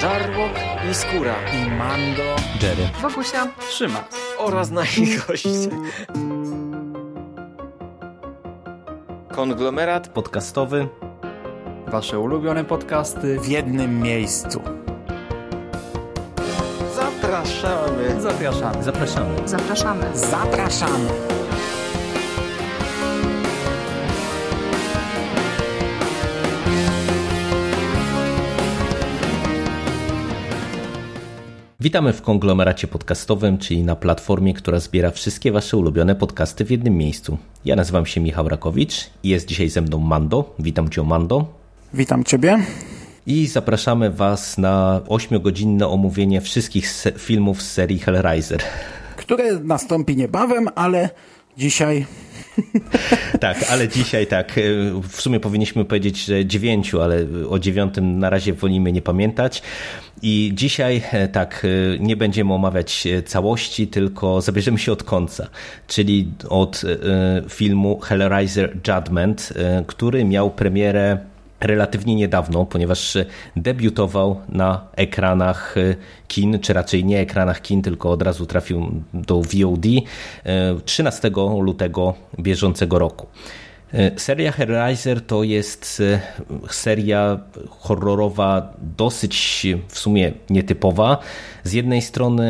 Żarłok i Skóra i Mando, Jerry, Wokusia, Szymas oraz nasi goście. Konglomerat podcastowy. Wasze ulubione podcasty w jednym miejscu. Zapraszamy. Zapraszamy. Zapraszamy. zapraszamy. Zapraszamy. Witamy w konglomeracie podcastowym, czyli na platformie, która zbiera wszystkie wasze ulubione podcasty w jednym miejscu. Ja nazywam się Michał Rakowicz i jest dzisiaj ze mną Mando. Witam cię, Mando. Witam ciebie. I zapraszamy was na 8-godzinne omówienie wszystkich filmów z serii Hellraiser. Które nastąpi niebawem, ale dzisiaj... Tak, ale dzisiaj tak. W sumie powinniśmy powiedzieć, że 9, ale o 9 na razie wolimy nie pamiętać. I dzisiaj tak, nie będziemy omawiać całości, tylko zabierzemy się od końca, czyli od filmu Hellraiser Judgment, który miał premierę relatywnie niedawno, ponieważ debiutował na ekranach kin, czy raczej nie ekranach kin, tylko od razu trafił do VOD 13 lutego bieżącego roku. Seria Hellraiser to jest seria horrorowa dosyć w sumie nietypowa. Z jednej strony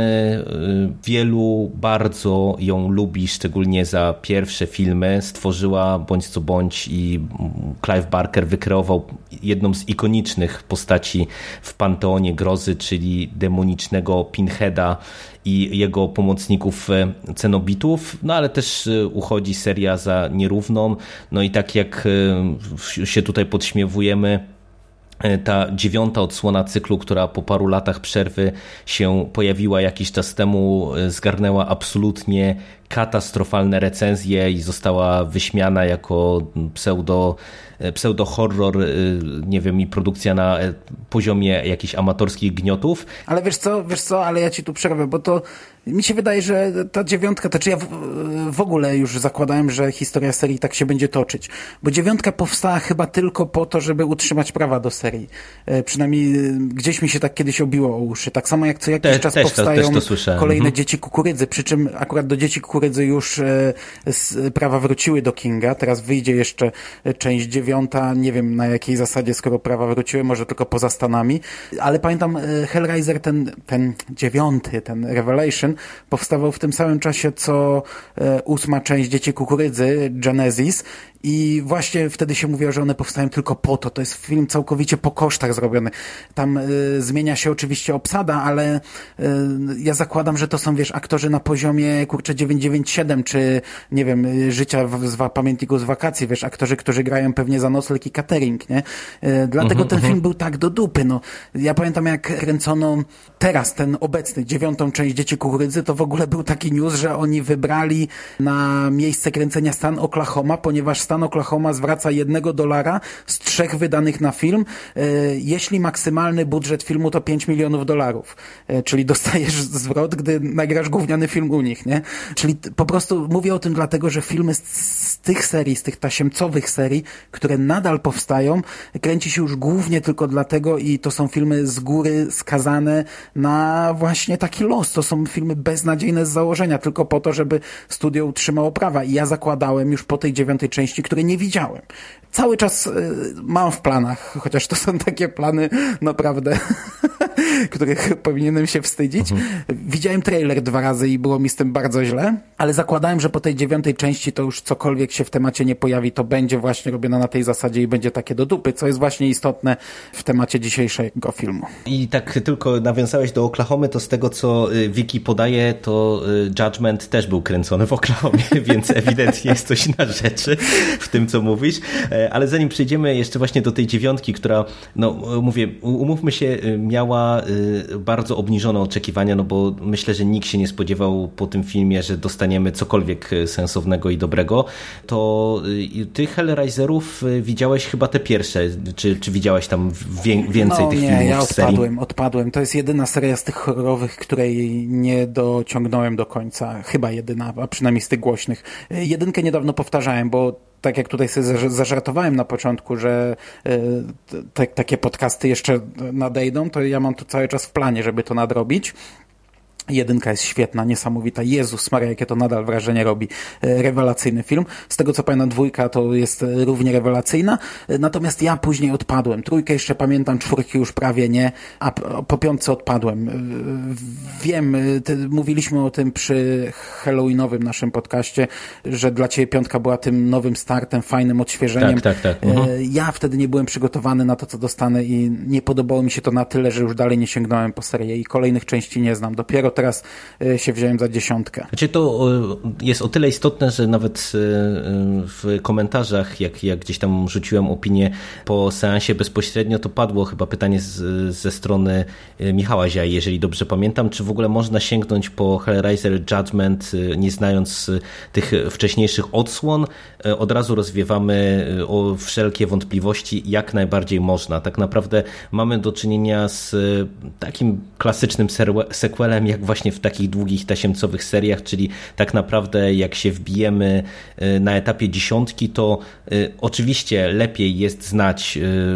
wielu bardzo ją lubi, szczególnie za pierwsze filmy. Stworzyła bądź co bądź i Clive Barker wykreował jedną z ikonicznych postaci w panteonie grozy, czyli demonicznego Pinheada i jego pomocników cenobitów, no ale też uchodzi seria za nierówną. No i tak jak się tutaj podśmiewujemy, ta 9. odsłona cyklu, która po paru latach przerwy się pojawiła jakiś czas temu, zgarnęła absolutnie katastrofalne recenzje i została wyśmiana jako pseudo-horror, nie wiem, i produkcja na poziomie jakichś amatorskich gniotów. Ale wiesz co, ale ja ci tu przerwę, bo to mi się wydaje, że ta 9, to czy ja w ogóle już zakładałem, że historia serii tak się będzie toczyć, bo 9 powstała chyba tylko po to, żeby utrzymać prawa do serii. Przynajmniej gdzieś mi się tak kiedyś obiło o uszy. Tak samo jak co jakiś czas powstają kolejne Dzieci Kukurydzy, przy czym akurat do Dzieci Kukurydzy już prawa wróciły do Kinga, teraz wyjdzie jeszcze część 9, nie wiem na jakiej zasadzie, skoro prawa wróciły, może tylko poza Stanami, ale pamiętam Hellraiser, ten 9, ten Revelation, powstawał w tym samym czasie, co 8. część Dzieci Kukurydzy, Genesis, i właśnie wtedy się mówiło, że one powstają tylko po to. To jest film całkowicie po kosztach zrobiony. Tam zmienia się oczywiście obsada, ale ja zakładam, że to są, wiesz, aktorzy na poziomie, 997, czy nie wiem, Życia pamiętniku z wakacji, wiesz, aktorzy, którzy grają pewnie za nocleg i catering, nie? Dlatego ten film był tak do dupy, no. Ja pamiętam, jak kręcono teraz ten obecny 9. część Dzieci Kukurydzy, to w ogóle był taki news, że oni wybrali na miejsce kręcenia stan Oklahoma, ponieważ stan Oklahoma zwraca $1 z 3 wydanych na film, jeśli maksymalny budżet filmu to $5 milionów, czyli dostajesz zwrot, gdy nagrasz gówniany film u nich, nie? Czyli po prostu mówię o tym dlatego, że filmy z tych serii, z tych tasiemcowych serii, które nadal powstają, kręci się już głównie tylko dlatego i to są filmy z góry skazane na właśnie taki los. To są filmy beznadziejne z założenia, tylko po to, żeby studio utrzymało prawa. I ja zakładałem już po tej 9. części, której nie widziałem. Cały czas mam w planach, chociaż to są takie plany naprawdę, których powinienem się wstydzić. Widziałem trailer 2 razy i było mi z tym bardzo źle, ale zakładałem, że po tej 9. części to już cokolwiek się w temacie nie pojawi, to będzie właśnie robione na tej zasadzie i będzie takie do dupy, co jest właśnie istotne w temacie dzisiejszego filmu. I tak tylko nawiązałeś do Oklahomy, to z tego, co Wiki podaje, to Judgment też był kręcony w Oklahomie, więc ewidentnie jest coś na rzeczy w tym, co mówisz. Ale zanim przejdziemy jeszcze właśnie do tej 9, która, no mówię, umówmy się, miała bardzo obniżone oczekiwania, no bo myślę, że nikt się nie spodziewał po tym filmie, że dostaniemy cokolwiek sensownego i dobrego. To ty Hellraiserów widziałeś chyba te pierwsze, czy widziałeś tam więcej tych filmów ja z serii? odpadłem. To jest jedyna seria z tych horrorowych, której nie dociągnąłem do końca. Chyba jedyna, a przynajmniej z tych głośnych. 1 niedawno powtarzałem, bo tak jak tutaj sobie zażartowałem na początku, że takie podcasty jeszcze nadejdą, to ja mam tu cały czas w planie, żeby to nadrobić. 1 jest świetna, niesamowita. Jezus Maria, jakie to nadal wrażenie robi. Rewelacyjny film. Z tego co pamiętam, 2 to jest równie rewelacyjna. Natomiast ja później odpadłem. 3 jeszcze pamiętam, 4 już prawie nie, a po 5 odpadłem. Wiem, mówiliśmy o tym przy halloweenowym naszym podcaście, że dla ciebie 5 była tym nowym startem, fajnym odświeżeniem. Tak. Ja wtedy nie byłem przygotowany na to, co dostanę i nie podobało mi się to na tyle, że już dalej nie sięgnąłem po serię i kolejnych części nie znam. Dopiero teraz się wziąłem za 10. Znaczy to jest o tyle istotne, że nawet w komentarzach, jak gdzieś tam rzuciłem opinię po seansie bezpośrednio, to padło chyba pytanie ze strony Michała Ziaj, jeżeli dobrze pamiętam, czy w ogóle można sięgnąć po Hellraiser Judgment, nie znając tych wcześniejszych odsłon. Od razu rozwiewamy o wszelkie wątpliwości, jak najbardziej można. Tak naprawdę mamy do czynienia z takim klasycznym sequelem, jak właśnie w takich długich tasiemcowych seriach, czyli tak naprawdę jak się wbijemy na etapie 10, to oczywiście lepiej jest znać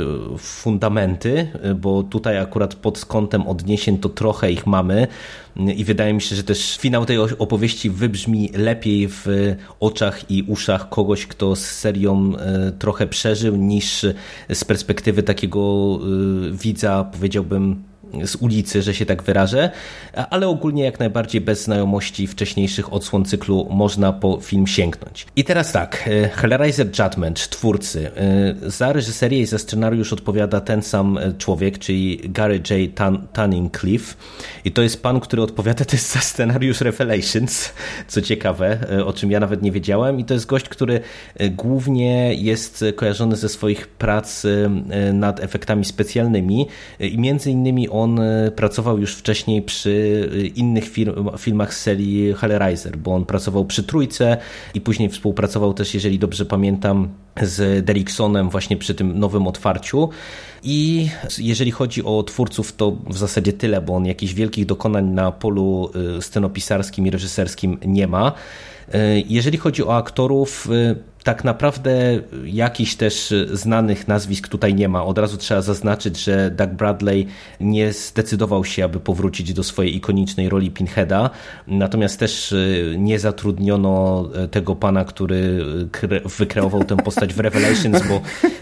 fundamenty, bo tutaj akurat pod kątem odniesień to trochę ich mamy i wydaje mi się, że też finał tej opowieści wybrzmi lepiej w oczach i uszach kogoś, kto z serią trochę przeżył, niż z perspektywy takiego widza, powiedziałbym, z ulicy, że się tak wyrażę, ale ogólnie jak najbardziej bez znajomości wcześniejszych odsłon cyklu można po film sięgnąć. I teraz tak, Hellraiser Judgment, twórcy. Za reżyserię i za scenariusz odpowiada ten sam człowiek, czyli Gary J. Tunnicliffe, i to jest pan, który odpowiada też za scenariusz Revelations, co ciekawe, o czym ja nawet nie wiedziałem, i to jest gość, który głównie jest kojarzony ze swoich prac nad efektami specjalnymi i między innymi on pracował już wcześniej przy innych filmach z serii Hellraiser, bo on pracował przy 3 i później współpracował też, jeżeli dobrze pamiętam, z Derricksonem właśnie przy tym nowym otwarciu. I jeżeli chodzi o twórców, to w zasadzie tyle, bo on jakichś wielkich dokonań na polu scenopisarskim i reżyserskim nie ma. Jeżeli chodzi o aktorów, tak naprawdę jakichś też znanych nazwisk tutaj nie ma. Od razu trzeba zaznaczyć, że Doug Bradley nie zdecydował się, aby powrócić do swojej ikonicznej roli Pinheada, natomiast też nie zatrudniono tego pana, który wykreował tę postać w Revelations, bo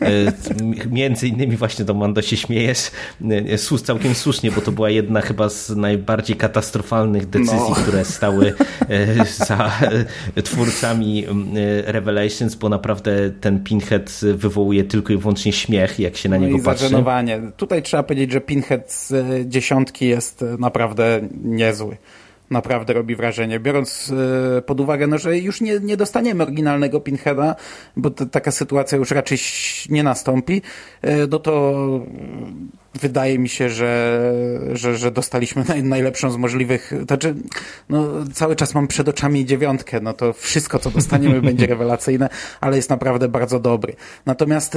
między innymi właśnie, to Mando się śmiejesz, całkiem słusznie, bo to była jedna chyba z najbardziej katastrofalnych decyzji, które stały za twórcami Revelations, bo naprawdę ten Pinhead wywołuje tylko i wyłącznie śmiech, jak się na niego patrzy. Zażenowanie. Tutaj trzeba powiedzieć, że Pinhead z 10 jest naprawdę niezły. Naprawdę robi wrażenie. Biorąc pod uwagę, no, że już nie dostaniemy oryginalnego Pinheada, bo taka sytuacja już raczej nie nastąpi, no to wydaje mi się, że dostaliśmy najlepszą z możliwych. Znaczy, no, cały czas mam przed oczami 9, no to wszystko, co dostaniemy, będzie rewelacyjne, ale jest naprawdę bardzo dobry. Natomiast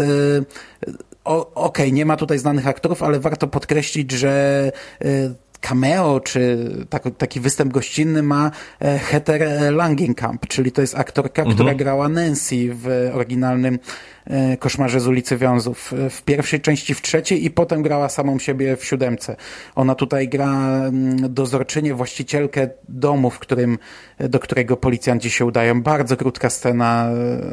okej, nie ma tutaj znanych aktorów, ale warto podkreślić, że cameo, czy taki występ gościnny ma Heather Langenkamp, czyli to jest aktorka, która grała Nancy w oryginalnym Koszmarze z ulicy Wiązów. W pierwszej części, w 3 i potem grała samą siebie w 7. Ona tutaj gra dozorczynię, właścicielkę domu, do którego policjanci się udają. Bardzo krótka scena,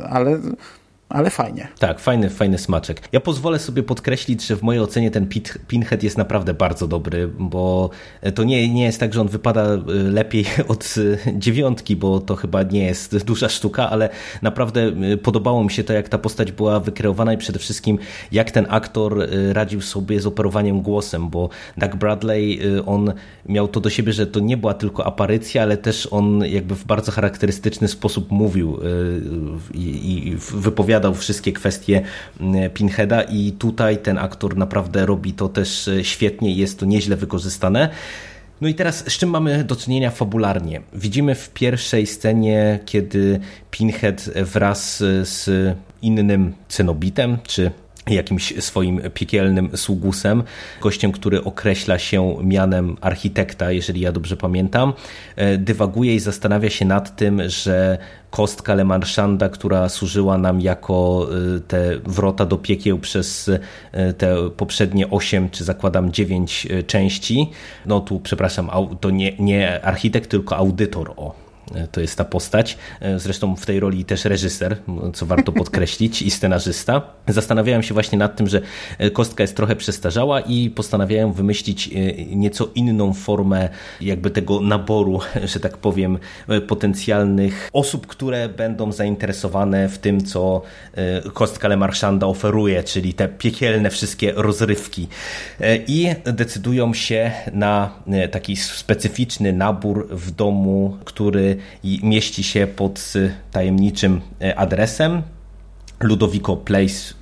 ale fajnie. Tak, fajny smaczek. Ja pozwolę sobie podkreślić, że w mojej ocenie ten Pinhead jest naprawdę bardzo dobry, bo to nie jest tak, że on wypada lepiej od 9, bo to chyba nie jest duża sztuka, ale naprawdę podobało mi się to, jak ta postać była wykreowana i przede wszystkim jak ten aktor radził sobie z operowaniem głosem, bo Doug Bradley, on miał to do siebie, że to nie była tylko aparycja, ale też on jakby w bardzo charakterystyczny sposób mówił i wypowiadał wszystkie kwestie Pinheada, i tutaj ten aktor naprawdę robi to też świetnie i jest to nieźle wykorzystane. No i teraz z czym mamy do czynienia fabularnie? Widzimy w pierwszej scenie, kiedy Pinhead wraz z innym cenobitem, czy jakimś swoim piekielnym sługusem, gościem, który określa się mianem architekta, jeżeli ja dobrze pamiętam, dywaguje i zastanawia się nad tym, że kostka Le Marchanda, która służyła nam jako te wrota do piekieł przez te poprzednie 8, czy zakładam 9 części, no tu przepraszam, to nie architekt, tylko audytor, to jest ta postać. Zresztą w tej roli też reżyser, co warto podkreślić, i scenarzysta. Zastanawiałem się właśnie nad tym, że kostka jest trochę przestarzała i postanawiałem wymyślić nieco inną formę jakby tego naboru, że tak powiem, potencjalnych osób, które będą zainteresowane w tym, co kostka Le Marchanda oferuje, czyli te piekielne wszystkie rozrywki. I decydują się na taki specyficzny nabór w domu, który mieści się pod tajemniczym adresem Ludovico Place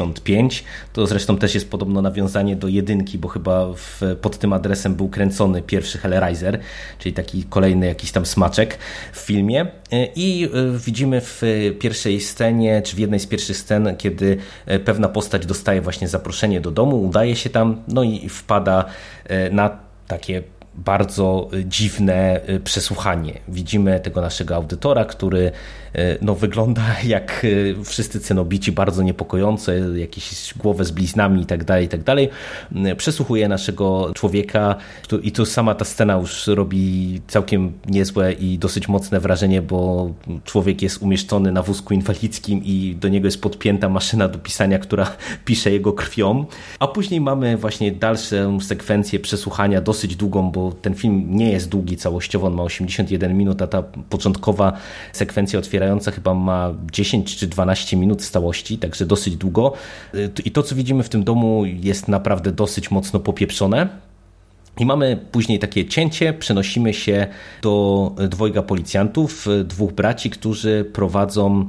55. To zresztą też jest podobno nawiązanie do 1, bo chyba pod tym adresem był kręcony pierwszy Hellraiser, czyli taki kolejny jakiś tam smaczek w filmie. I widzimy w pierwszej scenie, czy w jednej z pierwszych scen, kiedy pewna postać dostaje właśnie zaproszenie do domu, udaje się tam, no i wpada na takie bardzo dziwne przesłuchanie. Widzimy tego naszego audytora, który wygląda jak wszyscy cenobici, bardzo niepokojąco, jakieś głowę z bliznami i tak dalej. Przesłuchuje naszego człowieka i tu sama ta scena już robi całkiem niezłe i dosyć mocne wrażenie, bo człowiek jest umieszczony na wózku inwalidzkim i do niego jest podpięta maszyna do pisania, która pisze jego krwią. A później mamy właśnie dalszą sekwencję przesłuchania, dosyć długą, bo ten film nie jest długi całościowo, on ma 81 minut, a ta początkowa sekwencja otwierająca chyba ma 10 czy 12 minut z całości, także dosyć długo. I to, co widzimy w tym domu, jest naprawdę dosyć mocno popieprzone. I mamy później takie cięcie, przenosimy się do dwojga policjantów, 2 braci, którzy prowadzą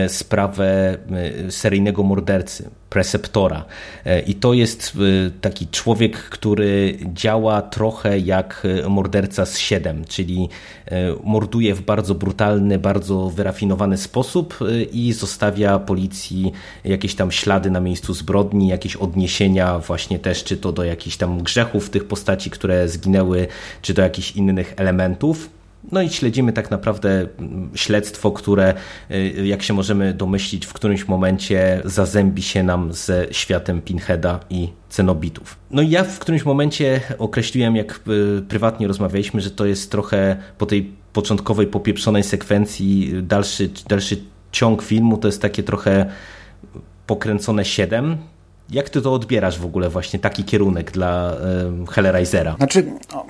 sprawę seryjnego mordercy, Preceptora. I to jest taki człowiek, który działa trochę jak morderca z 7, czyli morduje w bardzo brutalny, bardzo wyrafinowany sposób i zostawia policji jakieś tam ślady na miejscu zbrodni, jakieś odniesienia właśnie też, czy to do jakichś tam grzechów tych postaci, które zginęły, czy do jakichś innych elementów. No i śledzimy tak naprawdę śledztwo, które, jak się możemy domyślić, w którymś momencie zazębi się nam ze światem Pinheada i cenobitów. No i ja w którymś momencie określiłem, jak prywatnie rozmawialiśmy, że to jest trochę po tej początkowej popieprzonej sekwencji dalszy ciąg filmu, to jest takie trochę pokręcone 7. Jak ty to odbierasz w ogóle, właśnie taki kierunek dla Hellraisera? Znaczy,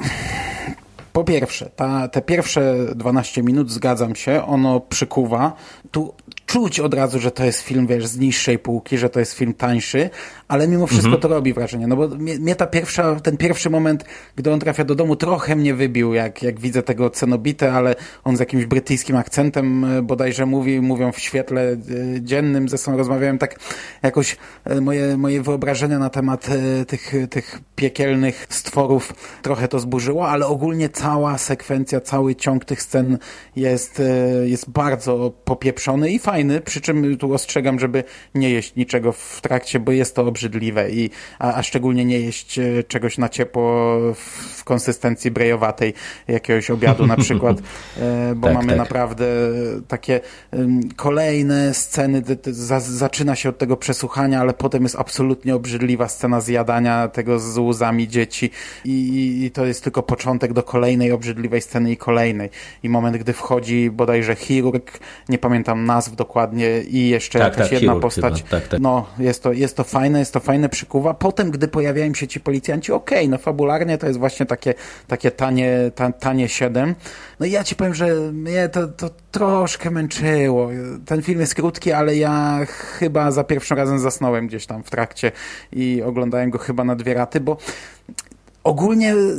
po pierwsze, te pierwsze 12 minut, zgadzam się, ono przykuwa. Tu czuć od razu, że to jest film, wiesz, z niższej półki, że to jest film tańszy, ale mimo wszystko to robi wrażenie. No bo mnie ten pierwszy moment, gdy on trafia do domu, trochę mnie wybił, jak widzę tego cenobitę, ale on z jakimś brytyjskim akcentem bodajże mówią w świetle dziennym, ze sobą rozmawiałem, tak jakoś moje wyobrażenia na temat tych piekielnych stworów trochę to zburzyło, ale ogólnie cała sekwencja, cały ciąg tych scen jest bardzo popieprzony i fajny, przy czym tu ostrzegam, żeby nie jeść niczego w trakcie, bo jest to obrzydliwe a szczególnie nie jeść czegoś na ciepło w konsystencji brejowatej, jakiegoś obiadu na przykład, bo mamy naprawdę takie kolejne sceny, zaczyna się od tego przesłuchania, ale potem jest absolutnie obrzydliwa scena zjadania tego z łzami dzieci i to jest tylko początek do kolejnej obrzydliwej sceny i kolejnej. I moment, gdy wchodzi bodajże chirurg, nie pamiętam nazw dokładnie i jeszcze jakaś jedna postać. No, jest to fajne, przykuwa. Potem, gdy pojawiają się ci policjanci, no fabularnie to jest właśnie takie tanie 7. No i ja ci powiem, że mnie to troszkę męczyło. Ten film jest krótki, ale ja chyba za pierwszym razem zasnąłem gdzieś tam w trakcie i oglądałem go chyba na 2 raty, bo ogólnie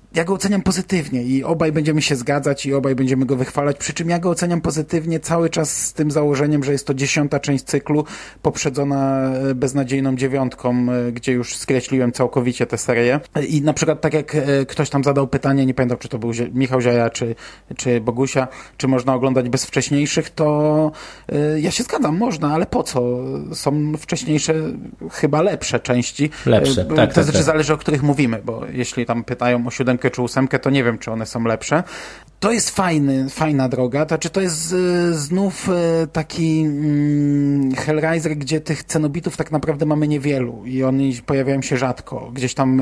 ja go oceniam pozytywnie i obaj będziemy się zgadzać i obaj będziemy go wychwalać, przy czym ja go oceniam pozytywnie cały czas z tym założeniem, że jest to 10. część cyklu, poprzedzona beznadziejną 9, gdzie już skreśliłem całkowicie tę serię. I na przykład tak jak ktoś tam zadał pytanie, nie pamiętam, czy to był Michał Ziaja, czy Bogusia, czy można oglądać bez wcześniejszych, to ja się zgadzam, można, ale po co? Są wcześniejsze chyba lepsze części. Lepsze, tak. To znaczy zależy, o których mówimy, bo jeśli tam pytają o 7 czy 8, to nie wiem, czy one są lepsze. To jest fajna droga, to jest znów taki Hellraiser, gdzie tych cenobitów tak naprawdę mamy niewielu i oni pojawiają się rzadko. Gdzieś tam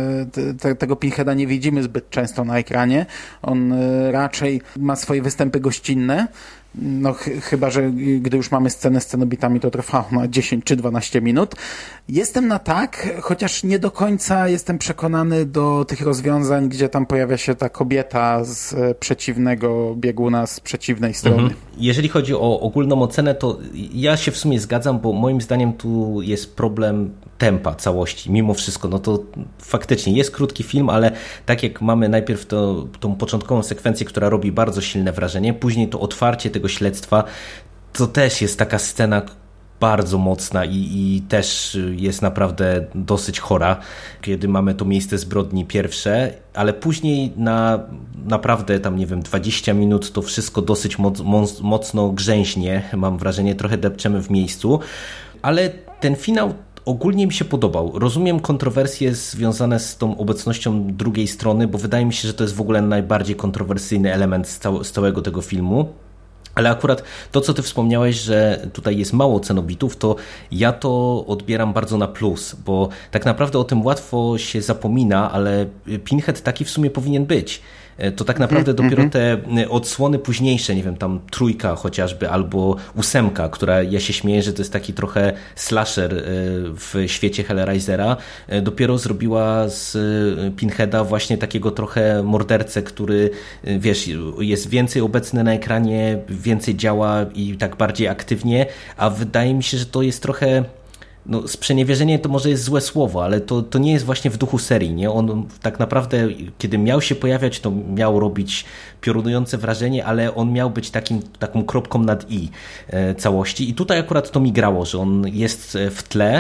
tego Pinheada nie widzimy zbyt często na ekranie. On raczej ma swoje występy gościnne. No chyba, że gdy już mamy scenę z cenobitami, to trwa ona 10 czy 12 minut. Jestem na tak, chociaż nie do końca jestem przekonany do tych rozwiązań, gdzie tam pojawia się ta kobieta z przeciwnego bieguna, z przeciwnej strony. Jeżeli chodzi o ogólną ocenę, to ja się w sumie zgadzam, bo moim zdaniem tu jest problem tempa całości. Mimo wszystko, no to faktycznie jest krótki film, ale tak jak mamy najpierw tą początkową sekwencję, która robi bardzo silne wrażenie, później to otwarcie tego śledztwa, to też jest taka scena bardzo mocna i też jest naprawdę dosyć chora, kiedy mamy to miejsce zbrodni pierwsze, ale później na naprawdę tam, nie wiem, 20 minut to wszystko dosyć mocno grzęźnie, mam wrażenie, trochę depczemy w miejscu, ale ten finał ogólnie mi się podobał. Rozumiem kontrowersje związane z tą obecnością drugiej strony, bo wydaje mi się, że to jest w ogóle najbardziej kontrowersyjny element z całego tego filmu. Ale akurat to, co ty wspomniałeś, że tutaj jest mało cenobitów, to ja to odbieram bardzo na plus, bo tak naprawdę o tym łatwo się zapomina, ale Pinhead taki w sumie powinien być. To tak naprawdę dopiero te odsłony późniejsze, nie wiem, tam 3 chociażby, albo 8, która ja się śmieję, że to jest taki trochę slasher w świecie Hellraisera, dopiero zrobiła z Pinheada właśnie takiego trochę mordercę, który, wiesz, jest więcej obecny na ekranie, więcej działa i tak bardziej aktywnie, a wydaje mi się, że to jest trochę... No, sprzeniewierzenie to może jest złe słowo, ale to nie jest właśnie w duchu serii, nie? On tak naprawdę, kiedy miał się pojawiać, to miał robić piorunujące wrażenie, ale on miał być taką kropką nad i całości. I tutaj akurat to mi grało, że on jest w tle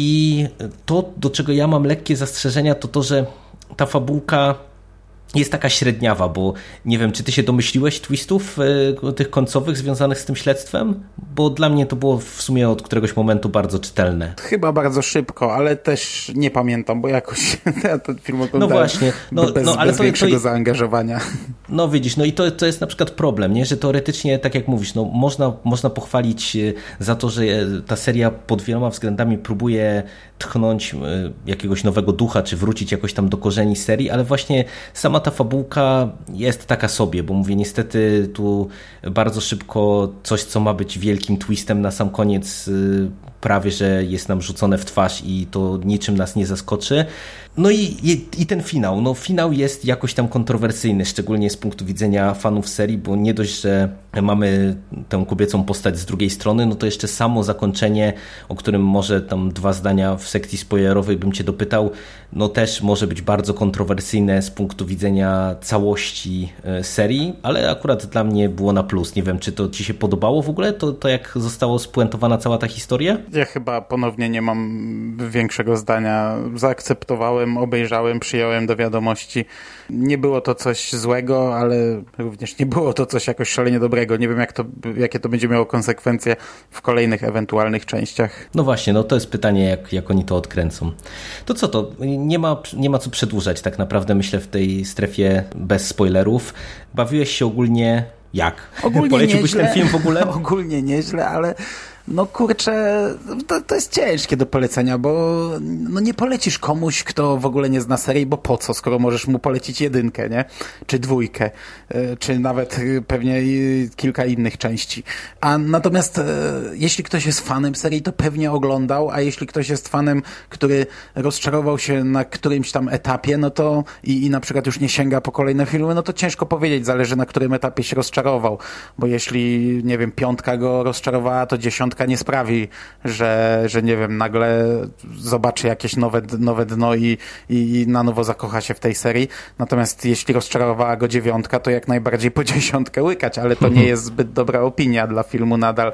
i to, do czego ja mam lekkie zastrzeżenia, to, że ta fabułka jest taka średniawa, bo nie wiem, czy ty się domyśliłeś twistów tych końcowych związanych z tym śledztwem? Bo dla mnie to było w sumie od któregoś momentu bardzo czytelne. Chyba bardzo szybko, ale też nie pamiętam, bo jakoś ten film oglądałem właśnie, bez większego zaangażowania. No widzisz, no i to jest na przykład problem, nie? Że teoretycznie, tak jak mówisz, no można pochwalić za to, że ta seria pod wieloma względami próbuje tchnąć jakiegoś nowego ducha, czy wrócić jakoś tam do korzeni serii, ale właśnie sama ta fabułka jest taka sobie, bo mówię, niestety tu bardzo szybko coś, co ma być wielkim twistem na sam koniec, prawie że jest nam rzucone w twarz i to niczym nas nie zaskoczy. No i ten finał. No finał jest jakoś tam kontrowersyjny, szczególnie z punktu widzenia fanów serii, bo nie dość, że mamy tę kobiecą postać z drugiej strony, no to jeszcze samo zakończenie, o którym może tam 2 zdania w sekcji spoilerowej bym cię dopytał, no też może być bardzo kontrowersyjne z punktu widzenia całości serii, ale akurat dla mnie było na plus. Nie wiem, czy to ci się podobało w ogóle, to jak zostało spuentowana cała ta historia? Ja chyba ponownie nie mam większego zdania. Zaakceptowałem, obejrzałem, przyjąłem do wiadomości. Nie było to coś złego, ale również nie było to coś jakoś szalenie dobrego. Nie wiem, jakie to będzie miało konsekwencje w kolejnych ewentualnych częściach. No właśnie, no to jest pytanie, jak oni to odkręcą. To co to? Nie ma co przedłużać tak naprawdę, myślę, w tej strefie bez spoilerów. Bawiłeś się ogólnie jak? Ogólnie poleciłbyś nieźle. ten film w ogóle? Ogólnie nieźle, ale no kurczę, to jest ciężkie do polecenia, bo no nie polecisz komuś, kto w ogóle nie zna serii, bo po co, skoro możesz mu polecić 1, nie? Czy 2, czy nawet pewnie kilka innych części. A natomiast jeśli ktoś jest fanem serii, to pewnie oglądał, a jeśli ktoś jest fanem, który rozczarował się na którymś tam etapie, no to i na przykład już nie sięga po kolejne filmy, no to ciężko powiedzieć, zależy na którym etapie się rozczarował, bo jeśli, nie wiem, 5 go rozczarowała, to 10 dziewiątka nie sprawi, że nie wiem, nagle zobaczy jakieś nowe dno i na nowo zakocha się w tej serii. Natomiast jeśli rozczarowała go dziewiątka, to jak najbardziej po dziesiątkę łykać, ale to nie jest zbyt dobra opinia dla filmu nadal,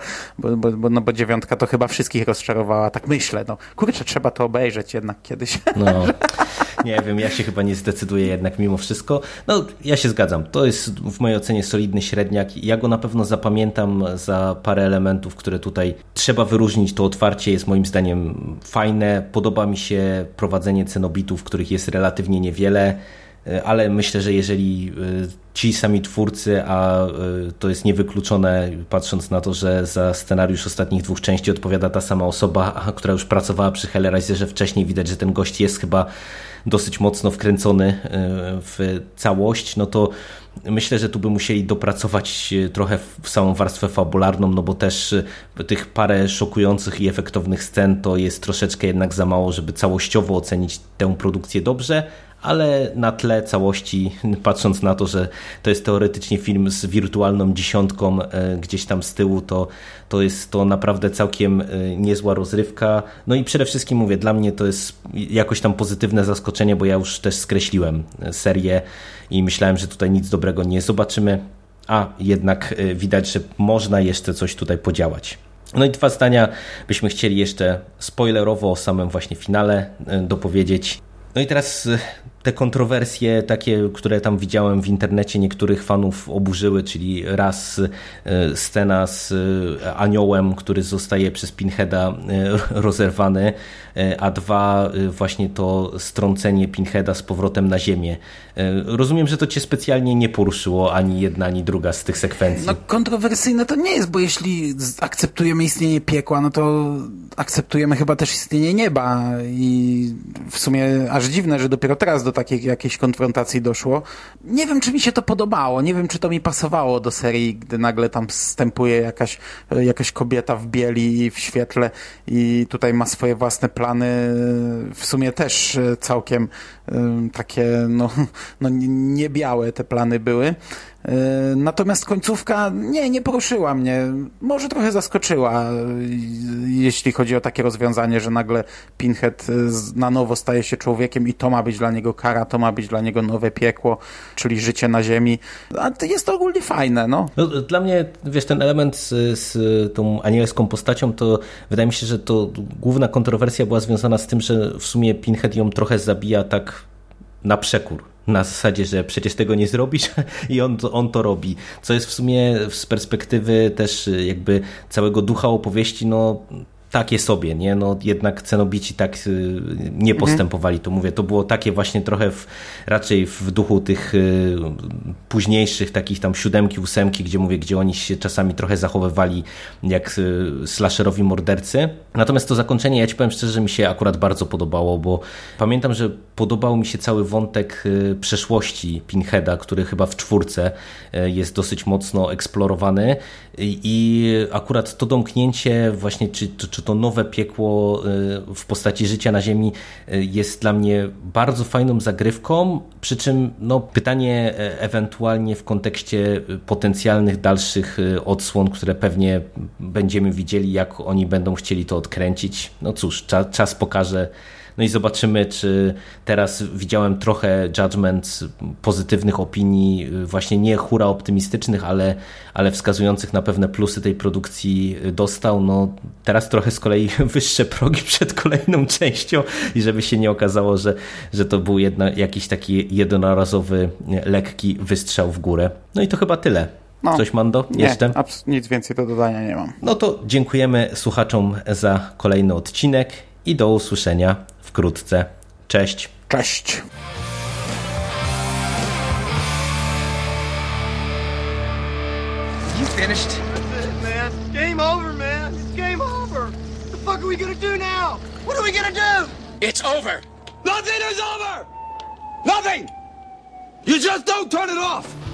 bo dziewiątka to chyba wszystkich rozczarowała, tak myślę. No kurczę, trzeba to obejrzeć jednak kiedyś. No, nie wiem, ja się chyba nie zdecyduję jednak mimo wszystko. No, ja się zgadzam. To jest w mojej ocenie solidny średniak. Ja go na pewno zapamiętam za parę elementów, które tutaj trzeba wyróżnić. To otwarcie jest moim zdaniem fajne. Podoba mi się prowadzenie cenobitów, których jest relatywnie niewiele, ale myślę, że jeżeli ci sami twórcy, a to jest niewykluczone, patrząc na to, że za scenariusz ostatnich 2 części odpowiada ta sama osoba, która już pracowała przy Hellraiserze wcześniej, widać, że ten gość jest chyba dosyć mocno wkręcony w całość, no to myślę, że tu by musieli dopracować trochę w samą warstwę fabularną, no bo też tych parę szokujących i efektownych scen to jest troszeczkę jednak za mało, żeby całościowo ocenić tę produkcję dobrze, ale na tle całości, patrząc na to, że to jest teoretycznie film z wirtualną dziesiątką gdzieś tam z tyłu, to jest to naprawdę całkiem niezła rozrywka. No i przede wszystkim mówię, dla mnie to jest jakoś tam pozytywne zaskoczenie, bo ja już też skreśliłem serię i myślałem, że tutaj nic dobrego nie zobaczymy, a jednak widać, że można jeszcze coś tutaj podziałać. No i 2 zdania byśmy chcieli jeszcze spoilerowo o samym właśnie finale dopowiedzieć. No i teraz te kontrowersje takie, które tam widziałem w internecie, niektórych fanów oburzyły, czyli raz scena z aniołem, który zostaje przez Pinheada rozerwany, a 2 właśnie to strącenie Pinheada z powrotem na ziemię. Rozumiem, że to cię specjalnie nie poruszyło ani jedna, ani druga z tych sekwencji. No kontrowersyjne to nie jest, bo jeśli akceptujemy istnienie piekła, no to akceptujemy chyba też istnienie nieba i w sumie aż dziwne, że dopiero teraz do takiej jakiejś konfrontacji doszło. Nie wiem, czy mi się to podobało, nie wiem, czy to mi pasowało do serii, gdy nagle tam wstępuje jakaś kobieta w bieli i w świetle i tutaj ma swoje własne plany, w sumie też całkiem takie nie białe te plany były. Natomiast końcówka nie poruszyła mnie. Może trochę zaskoczyła, jeśli chodzi o takie rozwiązanie, że nagle Pinhead na nowo staje się człowiekiem i to ma być dla niego kara, to ma być dla niego nowe piekło, czyli życie na ziemi. A jest to ogólnie fajne, no. No dla mnie, wiesz, ten element z tą anielską postacią, to wydaje mi się, że to główna kontrowersja była związana z tym, że w sumie Pinhead ją trochę zabija tak na przekór. Na zasadzie, że przecież tego nie zrobisz i on to robi. Co jest w sumie z perspektywy też jakby całego ducha opowieści, no takie sobie, nie? No jednak cenobici tak nie postępowali, to mówię. To było takie właśnie trochę raczej w duchu tych późniejszych takich tam 7, 8, gdzie oni się czasami trochę zachowywali jak slasherowi mordercy. Natomiast to zakończenie, ja ci powiem szczerze, że mi się akurat bardzo podobało, bo pamiętam, że podobał mi się cały wątek przeszłości Pinheada, który chyba w 4 jest dosyć mocno eksplorowany i akurat to domknięcie właśnie, czy to nowe piekło w postaci życia na ziemi jest dla mnie bardzo fajną zagrywką, przy czym no, pytanie ewentualnie w kontekście potencjalnych dalszych odsłon, które pewnie będziemy widzieli, jak oni będą chcieli to odkręcić. No cóż, czas pokaże. No i zobaczymy, czy teraz widziałem trochę Judgment pozytywnych opinii, właśnie nie hura optymistycznych, ale wskazujących na pewne plusy tej produkcji dostał. No teraz trochę z kolei wyższe progi przed kolejną częścią i żeby się nie okazało, że to był jakiś taki jednorazowy, lekki wystrzał w górę. No i to chyba tyle. No, coś, Mando? Nie, jeszcze? Nic więcej do dodania nie mam. No to dziękujemy słuchaczom za kolejny odcinek i do usłyszenia wkrótce. Cześć. Cześć. You finished? That's it, man. Game over, man. It's game over. What the fuck are we gonna do now? What are we gonna do? It's over. Nothing is over! Nothing! You just don't turn it off!